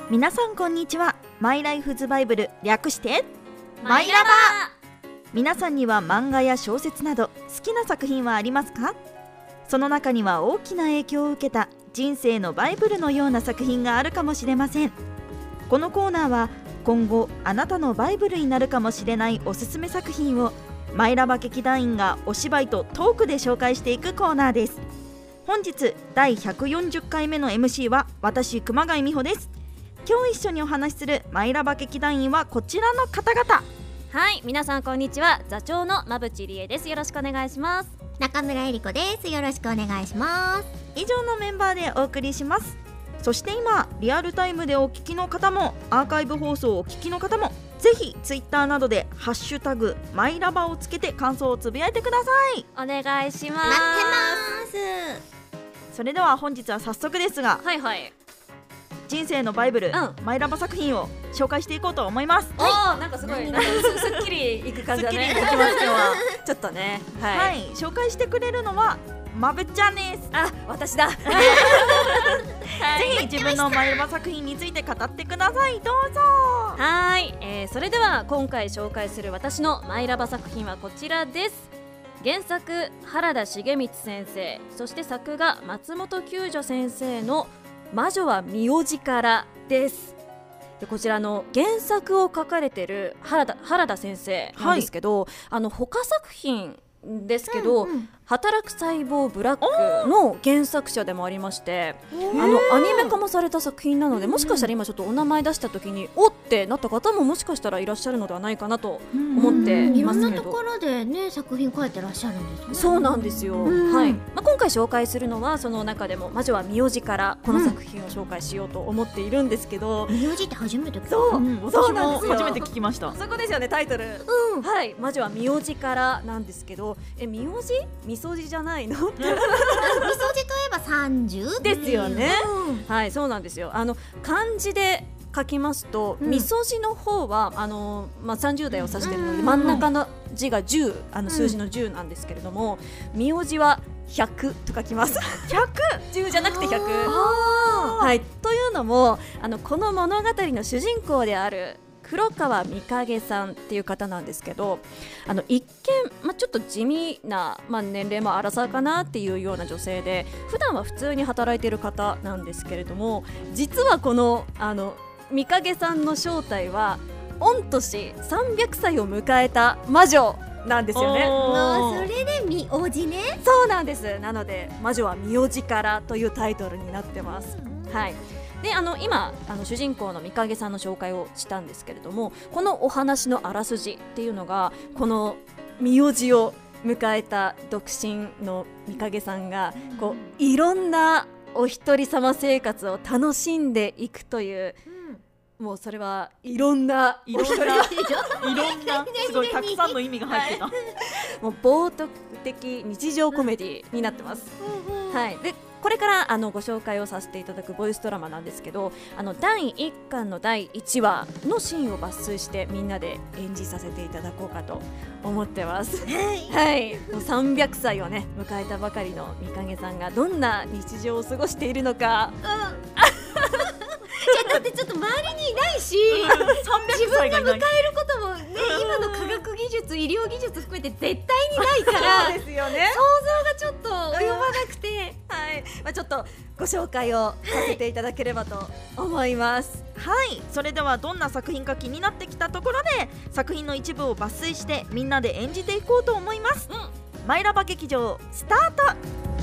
皆さんこんにちは。マイライフズバイブル、略してマイラバ。 皆さんには漫画や小説など好きな作品はありますか？その中には大きな影響を受けた人生のバイブルのような作品があるかもしれません。このコーナーは今後あなたのバイブルになるかもしれないおすすめ作品をマイラバ劇団員がお芝居とトークで紹介していくコーナーです。本日第140回目の MC は私熊谷美穂です。今日一緒にお話しするマイラバ劇団員はこちらの方々。 はい、皆さんこんにちは。座長の馬淵理恵です。よろしくお願いします。 中村えり子です。よろしくお願いします。 以上のメンバーでお送りします。そして今リアルタイムでお聞きの方もアーカイブ放送をお聞きの方もぜひツイッターなどでハッシュタグマイラバをつけて感想をつぶやいてください。 お願いします。 待ってます。 それでは本日は早速ですが、 はいはい。 人生のバイブル、マイラバ作品を紹介していこうと思います。 なんかすごいなんかすっきりいく感じだね。いきます今日はちょっとね、 はい、紹介してくれるのはまぶちゃんです。 あ、私だ。ぜひ自分のマイラバ作品について語ってください。どうぞ。 はい、それでは今回紹介する私のマイラバ作品はこちらです。原作原田重光先生、そして作画松本久女先生の魔女は名字からです。でこちらの原作を書かれてる原田先生なんですけど、他作品ですけど、働く細胞ブラックの原作者でもありまして、アニメ化もされた作品なので、もしかしたら今ちょっとお名前出した時におってなった方ももしかしたらいらっしゃるのではないかなと思っていますけど、 いろんなところでね作品書いてらっしゃるんですね。 そうなんですよ。はい。今回紹介するのはその中でも魔女は名字からこの作品を紹介しようと思っているんですけど、 名字って初めて聞いた。 私も初めて聞きました。 そこですよね、タイトル。はい、魔女は名字からなんですけど、名字？みそじじゃないの？みそじといえば30 ですよね。はい、そうなんですよ。漢字で書きますと、みそじの方は30代を指しているので、真ん中の字が10、数字の10なんですけれども、名字は100と書きます。100？10じゃなくて100。はい、というのもこの物語の主人公である黒川美影さんっていう方なんですけど、一見、ちょっと地味な、年齢も荒さかなっていうような女性で、普段は普通に働いている方なんですけれども、実はこの美影さんの正体は御年300歳を迎えた魔女なんですよね。 それで名字ね。 そうなんです。なので魔女は名字からというタイトルになってます。はい。で今主人公の美影さんの紹介をしたんですけれども、このお話のあらすじっていうのが、この名字を迎えた独身の美影さんがこういろんなお一人様生活を楽しんでいくという、もうそれはいろんないろんなすごいたくさんの意味が入ってた、 もう冒涜的日常コメディになってます。はい。でこれからご紹介をさせていただくボイスドラマなんですけど、第1巻の第1話のシーンを抜粋してみんなで演じさせていただこうかと思ってます。はい。もう300歳をね迎えたばかりの美影さんがどんな日常を過ごしているのか。 だってちょっと周りにいないし、自分が迎えることもね、今の科学技術、医療技術含めて絶対にないからそうですよね。 想像がちょっと及ばなくて、 はい、ちょっとご紹介をさせていただければと思います。 はい、それではどんな作品か気になってきたところで、作品の一部を抜粋してみんなで演じていこうと思います。マイラバ劇場スタート。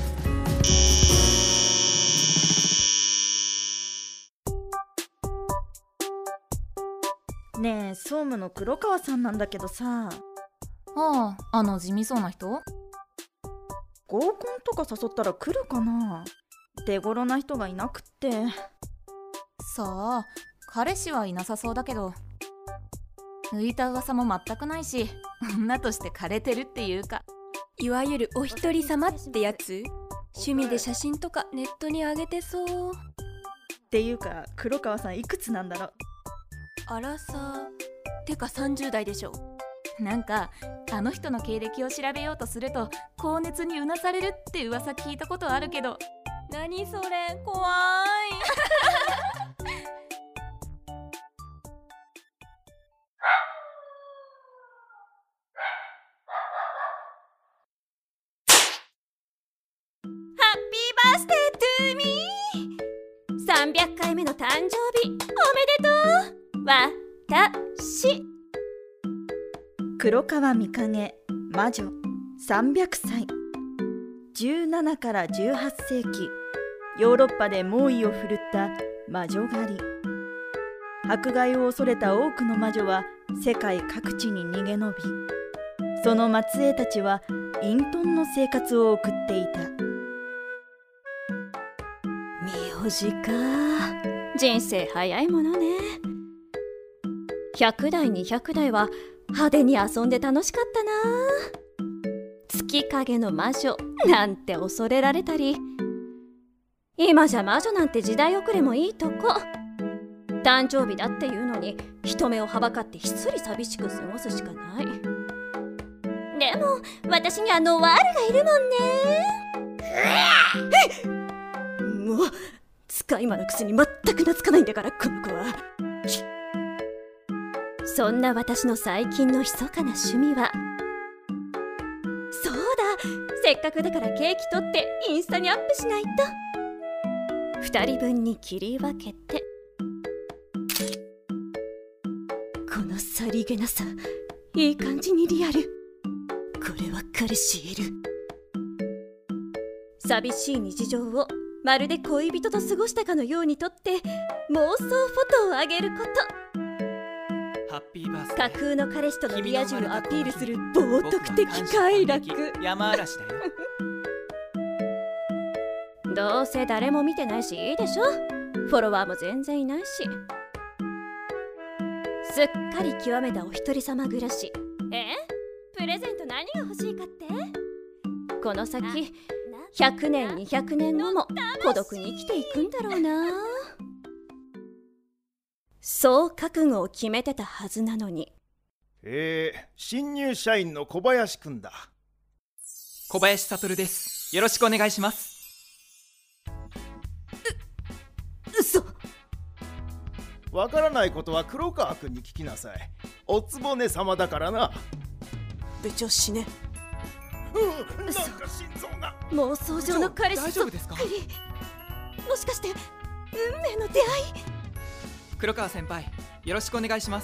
ねえ、総務の黒川さんなんだけどさ。 地味そうな人？ 合コンとか誘ったら来るかな？手頃な人がいなくって。 さあ、彼氏はいなさそうだけど、浮いた噂も全くないし、女として枯れてるっていうか、 いわゆるお一人様ってやつ。趣味で写真とかネットに上げてそう。 っていうか黒川さんいくつなんだろう？ あらさ、てか30代でしょ。 なんかあの人の経歴を調べようとすると高熱にうなされるって噂聞いたことあるけど、 何それ、怖い。 ースデートゥーミー。300回目の誕生日おめでとう。私。 黒川美影魔女300歳。17から18世紀ヨーロッパで猛威を振るった魔女狩り。迫害を恐れた多くの魔女は世界各地に逃げ延び、その末裔たちは隠遁の生活を送っていた。 名字か、人生早いものね。100代200代は派手に遊んで楽しかったな。月影の魔女なんて恐れられたり、今じゃ魔女なんて時代遅れもいいとこ。誕生日だっていうのに人目をはばかってひっそり寂しく過ごすしかない。 でも私にはノワールがいるもんね。 もう使い魔のくせに全く懐かないんだから、この子は。そんな私の最近の密かな趣味は、そうだ、せっかくだからケーキ取ってインスタにアップしないと。2人分に切り分けて、このさりげなさ、いい感じにリアル。これは彼氏いる。寂しい日常をまるで恋人と過ごしたかのように撮って妄想フォトをあげること。 ハッピーバースデー。 架空の彼氏とのリア充をアピールする冒涜的快楽。 山嵐だよ。 どうせ誰も見てないしいいでしょ。フォロワーも全然いないし。すっかり極めたお一人様暮らし。 プレゼント何が欲しいかって？ この先100年200年後も孤独に生きていくんだろうな。そう覚悟を決めてたはずなのに。 新入社員の小林くんだ。 小林悟です。よろしくお願いします。 嘘。 わからないことは黒川くんに聞きなさい。おつぼね様だからな。 部長死ね。 なんか心臓が。 妄想上の彼氏そっくり。もしかして運命の出会い？ 黒川先輩、よろしくお願いします。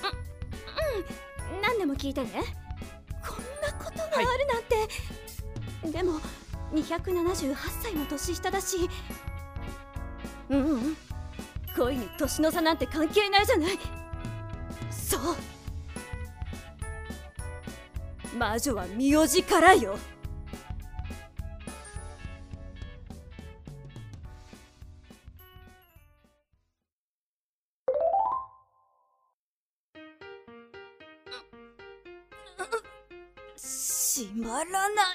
何でも聞いてね。こんなことがあるなんて、でも278歳も年下だし、恋に年の差なんて関係ないじゃない。そう、魔女は名字からよ。閉まらない。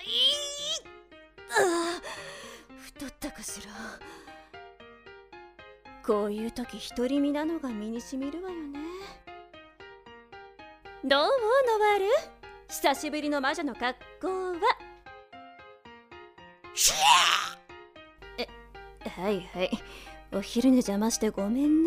太ったかしら。こういう時独り身なのが身にしみるわよね。どうもノワール、久しぶりの魔女の格好は。はいはい、お昼寝邪魔してごめんね。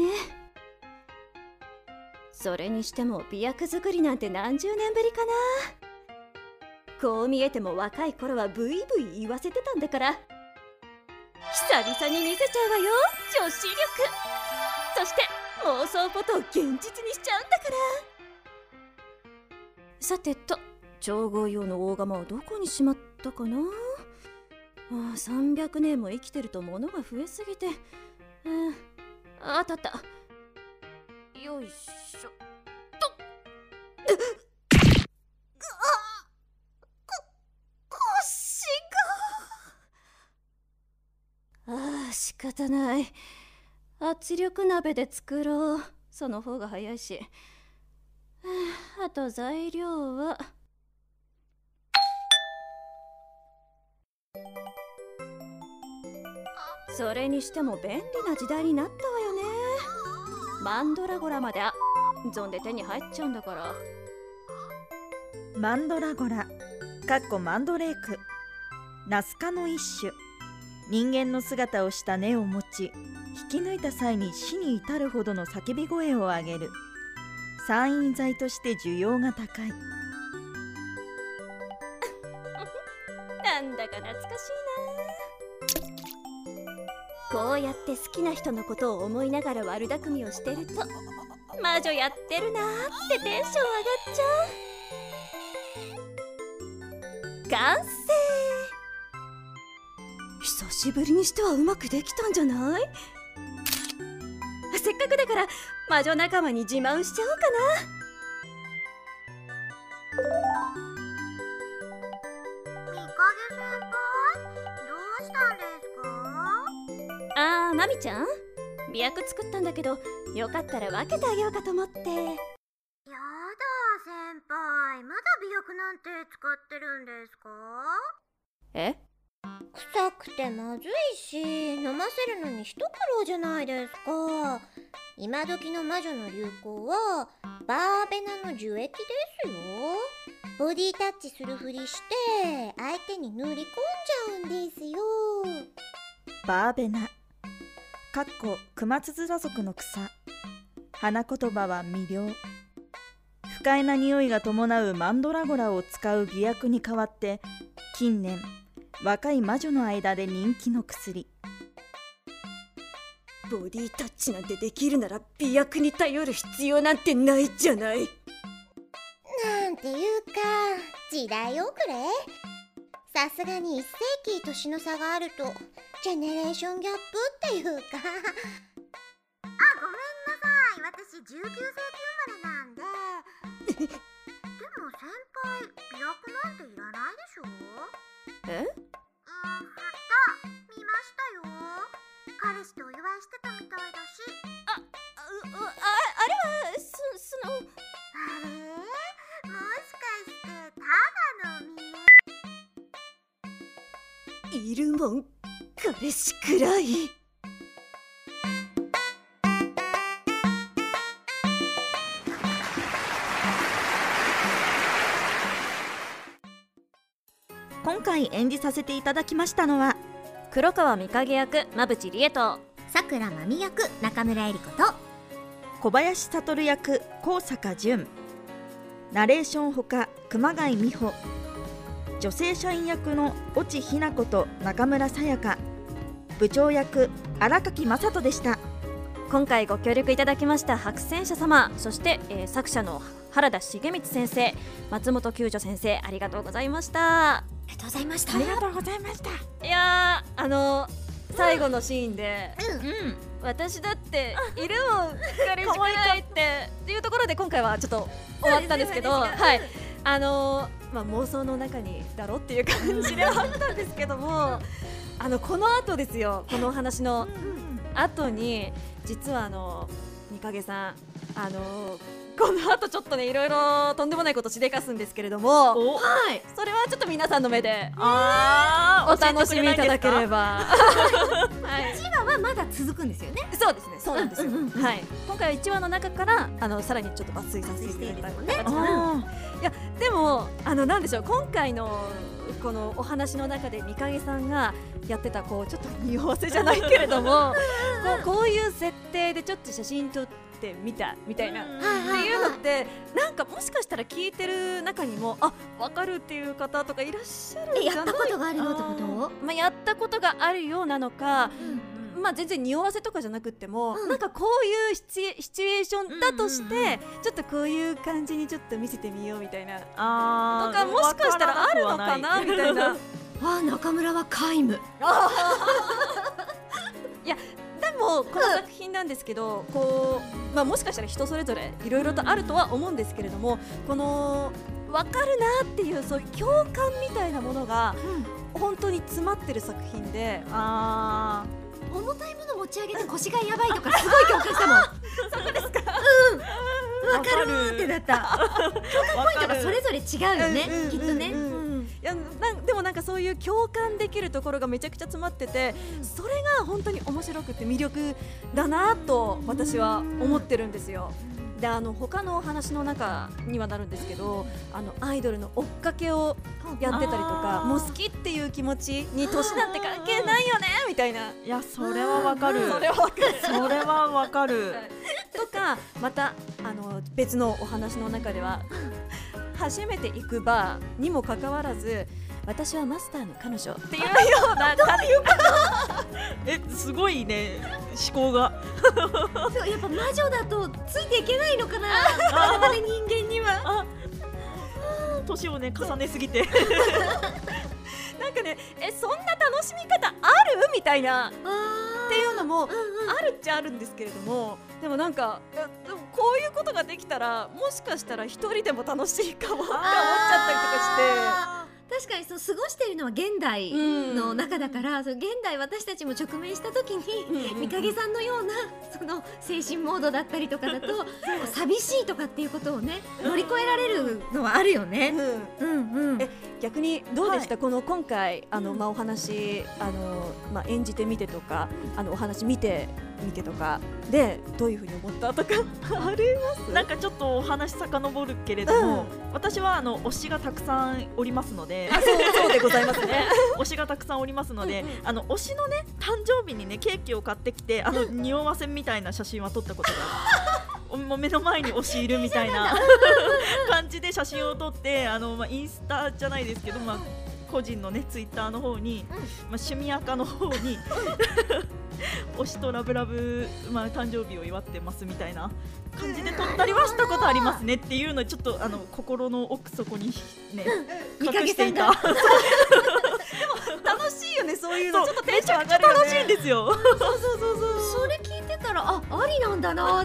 それにしても美薬作りなんて何十年ぶりかな。こう見えても若い頃はブイブイ言わせてたんだから、久々に見せちゃうわよ、女子力。そして妄想フォトを現実にしちゃうんだから。さてと、調合用の大釜はどこにしまったかな。300年も生きてると物が増えすぎて、あったあった。よいしょと。腰が。仕方ない。圧力鍋で作ろう。その方が早いし。あと材料は。それにしても便利な時代になったわよね。マンドラゴラまでゾンで手に入っちゃうんだから。 マンドラゴラマンドレーク、ナス科の一種。人間の姿をした根を持ち、引き抜いた際に死に至るほどの叫び声を上げる。散飲剤として需要が高い。 なんだか懐かしいな。 こうやって好きな人のことを思いながら悪巧みをしてると、魔女やってるなーってテンション上がっちゃう。完成。 久しぶりにしてはうまくできたんじゃない？せっかくだから魔女仲間に自慢しちゃおうかみかげ先輩、どうしたんですか？ な。マミちゃん、美薬作ったんだけど、よかったら分けてあげようかと思って。 やだ先輩、まだ美薬なんて使ってるんですか？ え？ 臭くてまずいし、飲ませるのに一苦労じゃないですか。今時の魔女の流行はバーベナの樹液ですよ。ボディタッチするふりして相手に塗り込んじゃうんですよ。 バーベナクマツヅラ属の草。花言葉は魅了。不快な匂いが伴うマンドラゴラを使う美薬に代わって、近年若い魔女の間で人気の薬。 ボディタッチなんてできるなら美薬に頼る必要なんてないじゃない。 なんていうか時代遅れ。さすがに1世紀年の差があるとジェネレーションギャップっていうか。あ、ごめんなさい、私19世紀生まれなんで。でも先輩、美薬なんていらないでしょ？ え？ 見ましたよ。彼氏とお祝いしてたみたいだし。 あれはその。 あれ？もしかしてただの見え。 いるもん、彼氏くらい。 今回演じさせていただきましたのは、 黒川美影役馬淵理恵とさくらまみ役中村江里子と小林悟役高坂淳、ナレーションほか熊谷美穂、女性社員役の越智日奈子と中村さやか、部長役荒垣正人でした。 今回ご協力いただきました白戦車様、そして、作者の原田重光先生、松本久女先生、ありがとうございました。 ありがとうございました。 ありがとうございました。 いやー、最後のシーンで、私だっているもん、彼氏くらいっていうところで今回はちょっと終わったんですけど、はい、妄想の中にだろっていう感じではあったんですけども、この後ですよ、このお話の後に実はみかげさん、この後ちょっとね、いろいろとんでもないことしでかすんですけれども、 はい。 それはちょっと皆さんの目でお楽しみいただければ。 1話はまだ続くんですよね。 そうですね、そうなんですよ。はい、今回は1話の中からさらにちょっと抜粋させていただいた形なんで、いやでもなんでしょう、今回のこのお話の中でみかげさんがやってたちょっと匂わせじゃないけれどもこういう設定でちょっと写真撮ってみたみたいなっていうのって、なんかもしかしたら聞いてる中にも分かるっていう方とかいらっしゃるんじゃない？ やったことがあるよってこと？ やったことがあるようなのか、全然匂わせとかじゃなくっても、なんかこういうシチュエーションだとして、ちょっとこういう感じにちょっと見せてみようみたいなとか、もしかしたらあるのかなみたいな。 中村は皆無。 いやでもこの作品なんですけど、もしかしたら人それぞれいろいろとあるとは思うんですけれども、この分かるなっていうそういう共感みたいなものが本当に詰まってる作品で、 重たいもの持ち上げて腰がやばいとかすごい共感したもん。 そこですか？ わかるってなった。共感ポイントがそれぞれ違うよね、きっとね。 いやでもなんかそういう共感できるところがめちゃくちゃ詰まってて、それが本当に面白くて魅力だなと私は思ってるんですよ。で他のお話の中にはなるんですけど、アイドルの追っかけをやってたりとか、もう好きっていう気持ちに年なんて関係ないよねみたいな。 いや、それはわかる。 それはわかる。 それはわかる。 とか、また別のお話の中では初めて行くバーにもかかわらず、私はマスターの彼女っていうような。どういうこと？ すごいね思考がそうやっぱ魔女だとついていけないのかな我々人間には。 年をね重ねすぎてなんかねそんな楽しみ方あるみたいなっていうのもあるっちゃあるんですけれども、でもなんかでもこういうことができたらもしかしたら一人でも楽しいかもって思っちゃったりとかして。 確かにそう過ごしているのは現代の中だから、そう現代私たちも直面した時に、三影さんのようなその精神モードだったりとかだと寂しいとかっていうことをね乗り越えられるのはあるよね。 逆にどうでした、この今回お話演じてみてとかお話見てとかでどういうふうに思ったとかあります？ なんかちょっとお話遡るけれども、私は推しがたくさんおりますのでそうでございますね推しがたくさんおりますので、推しのね誕生日にねケーキを買ってきて匂わせみたいな写真は撮ったことがあるもう目の前に推しいるみたいな感じで写真を撮ってインスタじゃないですけど、個人のねツイッターの方に、趣味赤の方に推しとラブラブ、誕生日を祝ってますみたいな感じで撮ったりはしたことありますねっていうのをちょっと心の奥底にね隠していた。 楽しいよねそういうの。ちょっとテンション上がるよね。 楽しいんですよ。 それ聞いてたらありなんだなって。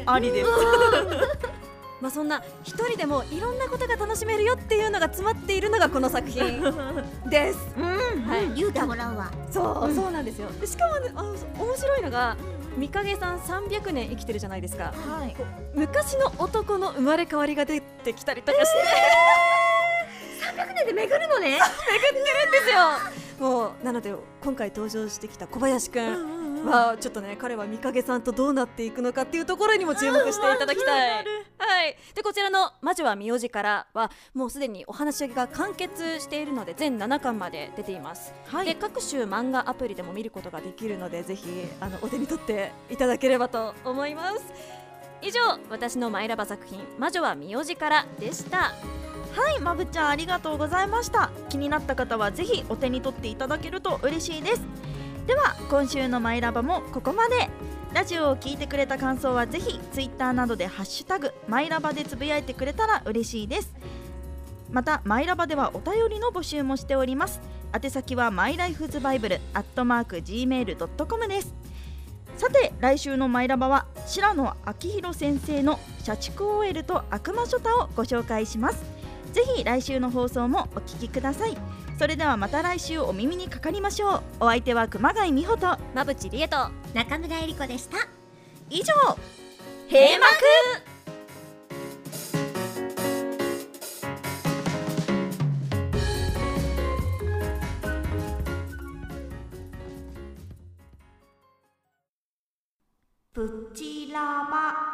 ありです。 そんな一人でもいろんなことが楽しめるよっていうのが詰まっているのがこの作品です。 言うてもらうわ。 そうなんですよ。でしかもね面白いのが三影さん300年生きてるじゃないですか。昔の男の生まれ変わりが出てきたりとかして、 300年で巡るのね。 巡ってるんですよ。もうなので今回登場してきた小林くんはちょっとね彼は三影さんとどうなっていくのかっていうところにも注目していただきたい。でこちらの魔女は名字からはもうすでにお話が完結しているので全7巻まで出ています。で各種漫画アプリでも見ることができるのでぜひお手に取っていただければと思います。以上私のマイラバ作品魔女は名字からでした。 まぶちゃんありがとうございました。気になった方はぜひお手に取っていただけると嬉しいです。では今週のマイラバもここまで。ラジオを聞いてくれた感想はぜひツイッターなどでハッシュタグマイラバでつぶやいてくれたら嬉しいです。またマイラバではお便りの募集もしております。宛先はmylifesbible@gmail.com です。さて来週のマイラバは白野昭弘先生の社畜 OL と悪魔書太をご紹介します。ぜひ来週の放送もお聞きください。それではまた来週お耳にかかりましょう。お相手は熊谷美穂と馬淵理恵と中村えり子でした。 以上閉幕。プチラバ。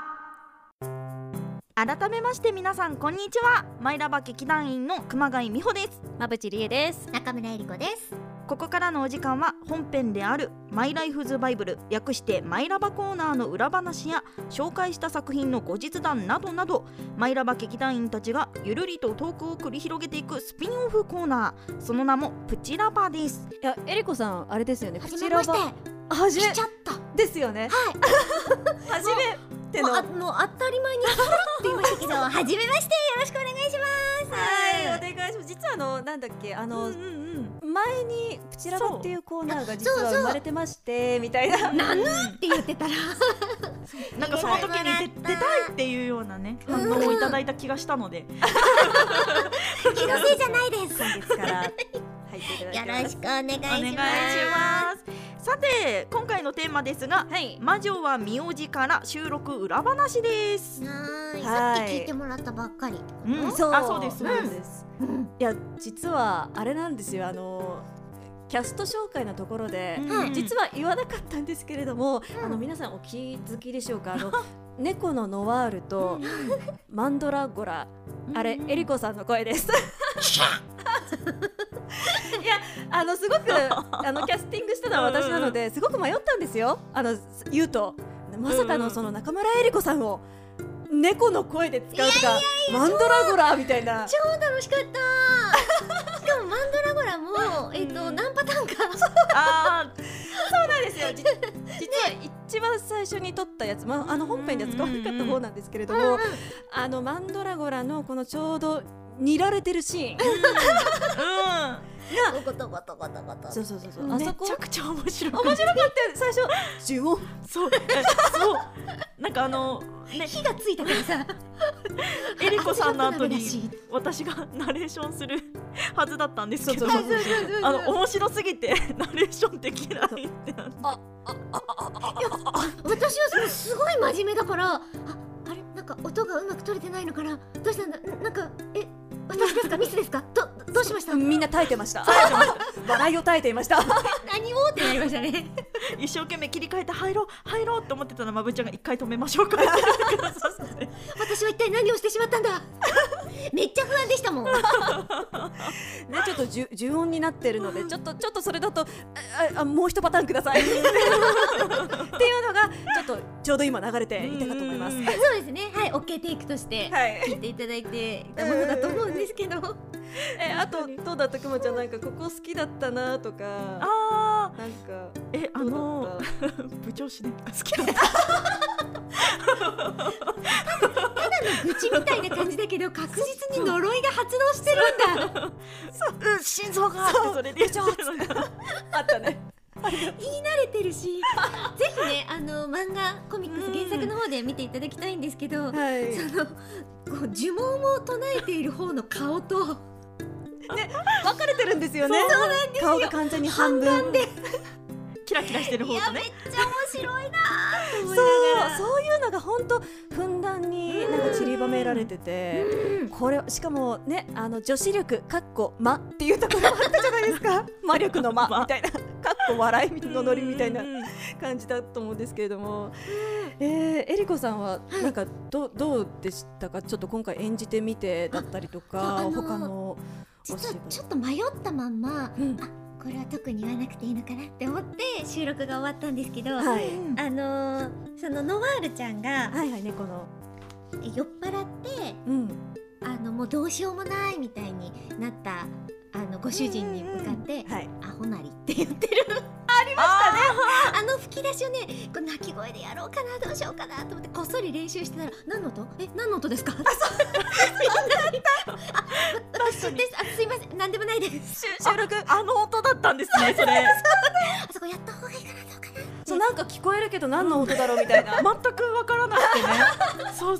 改めまして皆さんこんにちは。マイラバ劇団員の熊谷美穂です。 馬淵理恵です。 中村えり子です。 ここからのお時間は本編であるマイライフズバイブル略してマイラバコーナーの裏話や紹介した作品の後日談などなどマイラバ劇団員たちがゆるりとトークを繰り広げていくスピンオフコーナー、その名もプチラバです。 いやえりこさんあれですよね。 はじめまして。 はじめ来ちゃったですよね。はじめてのもう当たり前にって言いましたけどはじめましてよろしくお願いします。 お願いします。実はなんだっけ前にプチラバっていうコーナーが実は生まれてましてみたいななんって言ってたらなんかその時に出たいっていうようなね反応をいただいた気がしたので気のせいじゃないです。 今月から入っていただきます。 よろしくお願いします。 お願いします。さて今回のテーマですが、魔女は名字から収録裏話です。 さっき聞いてもらったばっかり。 そうです。 いや実はあれなんですよ。キャスト紹介のところで、実は言わなかったんですけれども、皆さんお気づきでしょうか。猫のノワールとマンドラゴラ、あれえりこさんの声です。いやすごくキャスティングしたのは私なのですごく迷ったんですよ。言うとまさかのその中村えり子さんを猫の声で使うとかマンドラゴラみたいな。 超楽しかった。しかもマンドラゴラも何パターンか。 そうなんですよ。 実は一番最初に撮ったやつ、本編では使わなかった方なんですけれども、マンドラゴラのこのちょうど煮られてるシーンゴトゴトゴトゴト。 そうめちゃくちゃ面白かった。 面白かった最初呪音そうなんか火がついたからさエリコさんの後に私がナレーションするはずだったんですけど、面白すぎてナレーションできないってなって、 私はすごい真面目だから、あれなんか音がうまく取れてないのかな、どうしたんだ、なんか私ですか、ミスですか、どうしました。 みんな耐えてました笑いを耐えていました何をってなりましたね一生懸命切り替えて入ろうって思ってたらまぶちゃんが一回止めましょうかって私は一体何をしてしまったんだめっちゃ不安でしたもんね、 ちょっと呪音になってるので、ちょっとそれだともう一パターンくださいっていうのがちょうど今流れていたかと思います。 そうですね、はい、OK テイクとして聞いていただいていたものだと思うんですけど、 あとどうだったくまちゃん、なんかここ好きだったなとか、なんか部長しね好きだったただの愚痴みたいな感じだけど確実に呪いが発動してるんだ心臓がってそれであったね言い慣れてるしぜひね漫画コミックス原作の方で見ていただきたいんですけど、こう呪文を唱えている方の顔とね、分かれてるんですよね。 そうなんですよ、 顔が完全に半分でキラキラしてる方とね。 めっちゃ面白いなと思いながら、 そういうのが本当ふんだんになんか散りばめられてて、これしかもね、女子力かっこ魔っていうところもあったじゃないですか魔力の魔みたいなかっこ笑いのノリみたいな感じだと思うんですけれども、えりこさんはなんかどうでしたか。ちょっと今回演じてみてだったりとか、他の実はちょっと迷ったまんま、これは特に言わなくていいのかなって思って収録が終わったんですけど、そのノワールちゃんが、 この酔っ払って、もうどうしようもないみたいになったご主人に向かって、アホなりって言ってるありましたね。吹き出しをね、こう泣き声でやろうかな、どうしようかなと思ってこっそり練習してたら、何の音？何の音ですか？私です。すいません、何でもないです。 収録音だったんですね、それ。 あそこやった方がいいかな、どうかな。 そう、なんか聞こえるけど何の音だろうみたいな全くわからなくてねそう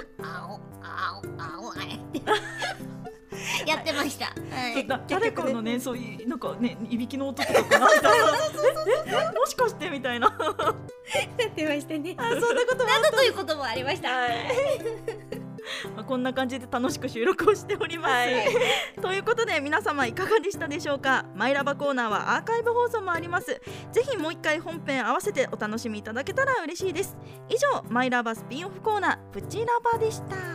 やってました。 誰かのね、そういうなんかね、いびきの音とかかなみたいなもしかしてみたいなやってましたね。 そんなこともなどということもありました。 こんな感じで楽しく収録をしております、ということで皆様いかがでしたでしょうか。マイラバコーナーはアーカイブ放送もあります。ぜひもう一回本編合わせてお楽しみいただけたら嬉しいです。以上、マイラバスピンオフコーナープチラバでした。